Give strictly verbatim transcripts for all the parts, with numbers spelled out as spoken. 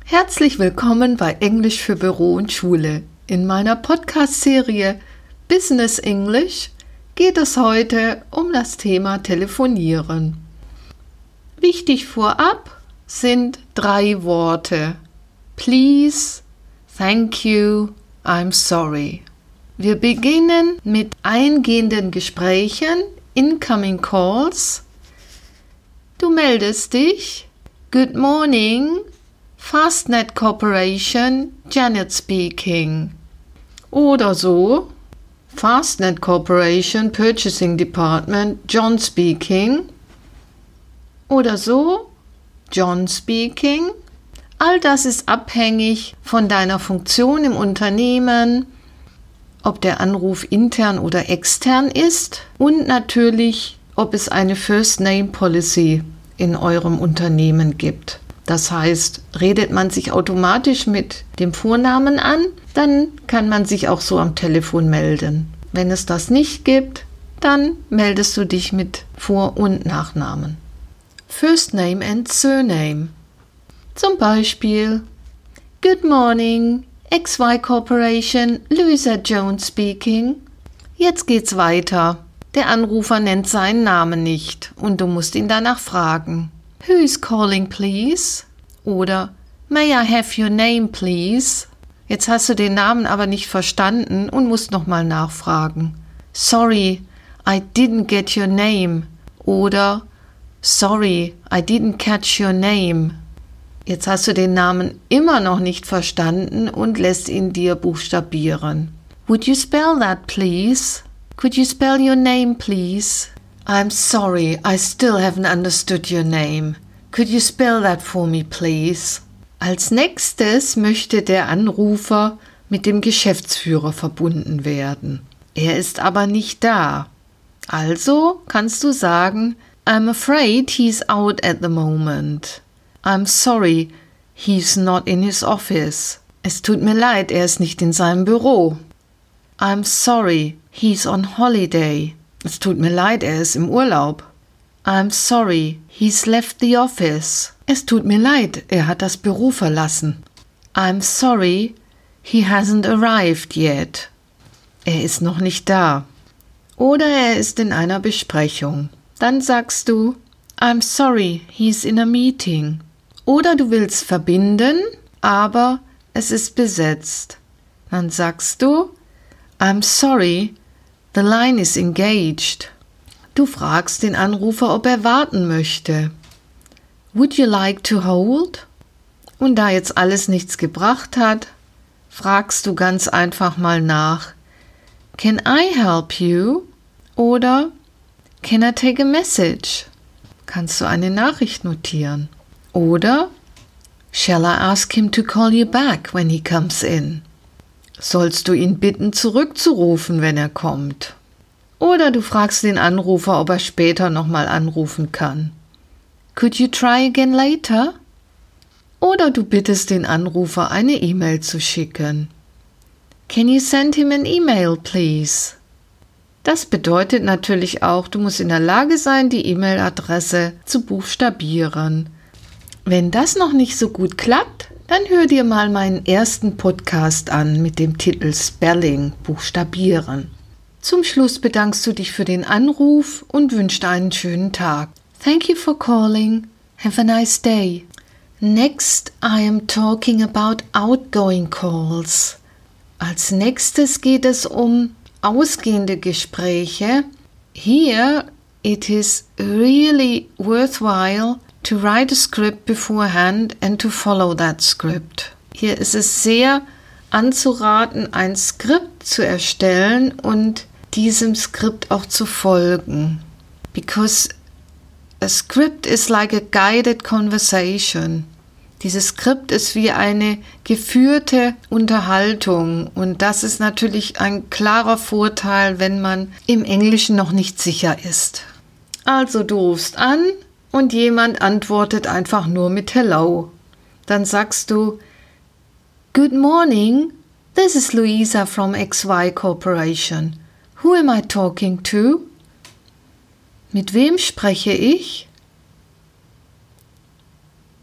Herzlich willkommen bei Englisch für Büro und Schule. In meiner Podcast-Serie Business English geht es heute um das Thema Telefonieren. Wichtig vorab sind drei Worte. Please, thank you, I'm sorry. Wir beginnen mit eingehenden Gesprächen, incoming calls. Du meldest dich. Good morning, Fastnet Corporation, Janet speaking. Oder so, Fastnet Corporation, Purchasing Department, John speaking. Oder so, John speaking. All das ist abhängig von deiner Funktion im Unternehmen, ob der Anruf intern oder extern ist und natürlich, ob es eine First Name Policy in eurem Unternehmen gibt. Das heißt, redet man sich automatisch mit dem Vornamen an, dann kann man sich auch so am Telefon melden. Wenn es das nicht gibt, dann meldest du dich mit Vor- und Nachnamen. First Name and Surname. Zum Beispiel Good morning, X Y Corporation, Louisa Jones speaking. Jetzt geht's weiter. Der Anrufer nennt seinen Namen nicht und du musst ihn danach fragen. Who is calling, please? Oder May I have your name, please? Jetzt hast du den Namen aber nicht verstanden und musst nochmal nachfragen. Sorry, I didn't get your name. Oder Sorry, I didn't catch your name. Jetzt hast du den Namen immer noch nicht verstanden und lässt ihn dir buchstabieren. Would you spell that, please? Could you spell your name, please? I'm sorry, I still haven't understood your name. Could you spell that for me, please? Als nächstes möchte der Anrufer mit dem Geschäftsführer verbunden werden. Er ist aber nicht da. Also kannst du sagen, I'm afraid he's out at the moment. I'm sorry, he's not in his office. Es tut mir leid, er ist nicht in seinem Büro. I'm sorry, he's on holiday. Es tut mir leid, er ist im Urlaub. I'm sorry, he's left the office. Es tut mir leid, er hat das Büro verlassen. I'm sorry, he hasn't arrived yet. Er ist noch nicht da. Oder er ist in einer Besprechung. Dann sagst du, I'm sorry, he's in a meeting. Oder du willst verbinden, aber es ist besetzt. Dann sagst du, I'm sorry, the line is engaged. Du fragst den Anrufer, ob er warten möchte. Would you like to hold? Und da jetzt alles nichts gebracht hat, fragst du ganz einfach mal nach. Can I help you? Oder Can I take a message? Kannst du eine Nachricht notieren? Oder Shall I ask him to call you back when he comes in? Sollst du ihn bitten, zurückzurufen, wenn er kommt? Oder du fragst den Anrufer, ob er später nochmal anrufen kann. Could you try again later? Oder du bittest den Anrufer, eine E-Mail zu schicken. Can you send him an email, please? Das bedeutet natürlich auch, du musst in der Lage sein, die E-Mail-Adresse zu buchstabieren. Wenn das noch nicht so gut klappt, dann hör dir mal meinen ersten Podcast an mit dem Titel Spelling, Buchstabieren. Zum Schluss bedankst du dich für den Anruf und wünschst einen schönen Tag. Thank you for calling. Have a nice day. Next, I am talking about outgoing calls. Als nächstes geht es um ausgehende Gespräche. Here, it is really worthwhile to write a script beforehand and to follow that script. Hier ist es sehr anzuraten, ein Skript zu erstellen und diesem Skript auch zu folgen. Because a script is like a guided conversation. Dieses Skript ist wie eine geführte Unterhaltung und das ist natürlich ein klarer Vorteil, wenn man im Englischen noch nicht sicher ist. Also du rufst an und jemand antwortet einfach nur mit Hello. Dann sagst du, Good morning, this is Louisa from X Y Corporation. Who am I talking to? Mit wem spreche ich?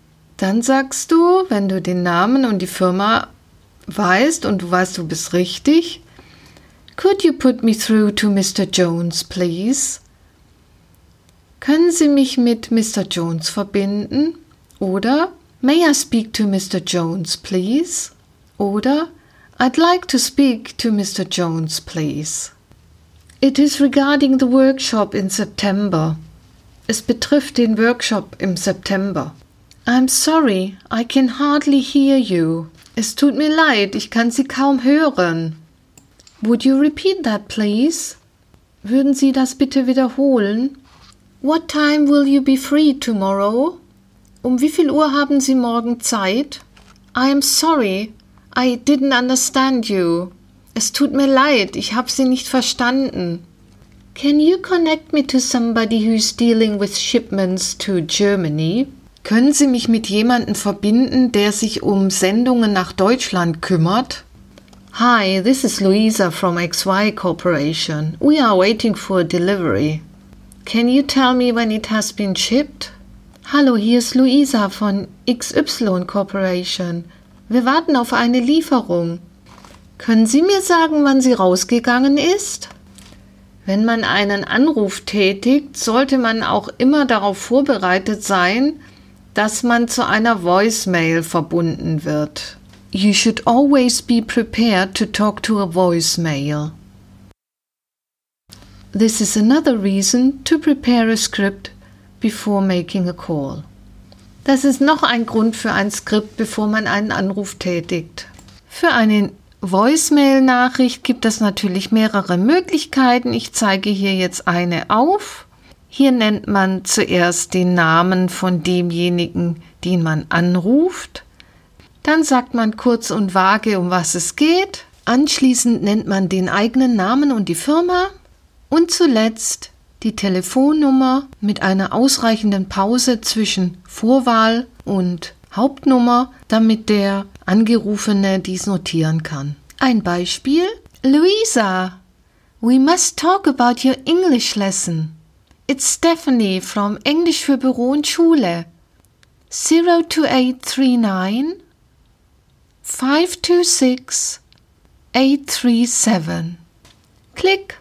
Dann sagst du, wenn du den Namen und die Firma weißt und du weißt, du bist richtig, Could you put me through to Mister Jones, please? Können Sie mich mit Mister Jones verbinden? Oder May I speak to Mister Jones, please? Oder I'd like to speak to Mister Jones, please. It is regarding the workshop in September. Es betrifft den Workshop im September. I'm sorry, I can hardly hear you. Es tut mir leid, ich kann Sie kaum hören. Would you repeat that, please? Würden Sie das bitte wiederholen? What time will you be free tomorrow? Um wie viel Uhr haben Sie morgen Zeit? I am sorry, I didn't understand you. Es tut mir leid, ich habe Sie nicht verstanden. Can you connect me to somebody who's dealing with shipments to Germany? Können Sie mich mit jemandem verbinden, der sich um Sendungen nach Deutschland kümmert? Hi, this is Luisa from X Y Corporation. We are waiting for a delivery. Can you tell me when it has been shipped? Hallo, hier ist Luisa von X Y Corporation. Wir warten auf eine Lieferung. Können Sie mir sagen, wann sie rausgegangen ist? Wenn man einen Anruf tätigt, sollte man auch immer darauf vorbereitet sein, dass man zu einer Voicemail verbunden wird. You should always be prepared to talk to a voicemail. This is another reason to prepare a script before making a call. Das ist noch ein Grund für ein Skript, bevor man einen Anruf tätigt. Für eine Voicemail-Nachricht gibt es natürlich mehrere Möglichkeiten. Ich zeige hier jetzt eine auf. Hier nennt man zuerst den Namen von demjenigen, den man anruft. Dann sagt man kurz und vage, um was es geht. Anschließend nennt man den eigenen Namen und die Firma. Und zuletzt die Telefonnummer mit einer ausreichenden Pause zwischen Vorwahl und Hauptnummer, damit der Angerufene dies notieren kann. Ein Beispiel: Luisa, we must talk about your English lesson. It's Stephanie from Englisch für Büro und Schule. zero two eight three nine, five two six, eight three seven. Click.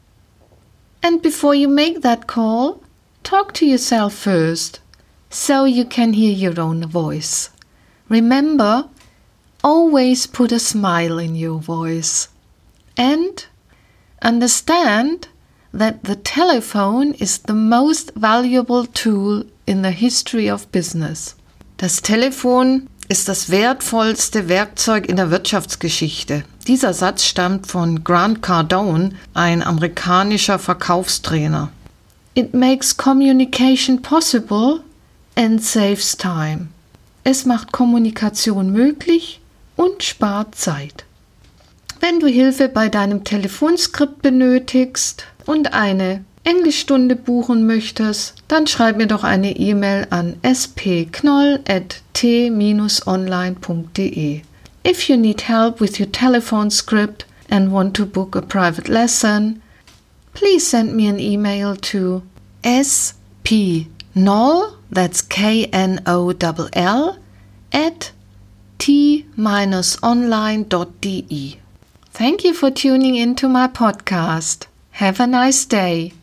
And before you make that call, talk to yourself first, so you can hear your own voice. Remember, always put a smile in your voice. And understand that the telephone is the most valuable tool in the history of business. Das Telefon ist das wertvollste Werkzeug in der Wirtschaftsgeschichte. Dieser Satz stammt von Grant Cardone, ein amerikanischer Verkaufstrainer. It makes communication possible and saves time. Es macht Kommunikation möglich und spart Zeit. Wenn du Hilfe bei deinem Telefonskript benötigst und eine Englischstunde buchen möchtest, dann schreib mir doch eine E-Mail an s p knoll at t dash online punkt d e. If you need help with your telephone script and want to book a private lesson, please send me an email to spknoll, that's K N O L L, at t dash online dot d e. Thank you for tuning into my podcast. Have a nice day.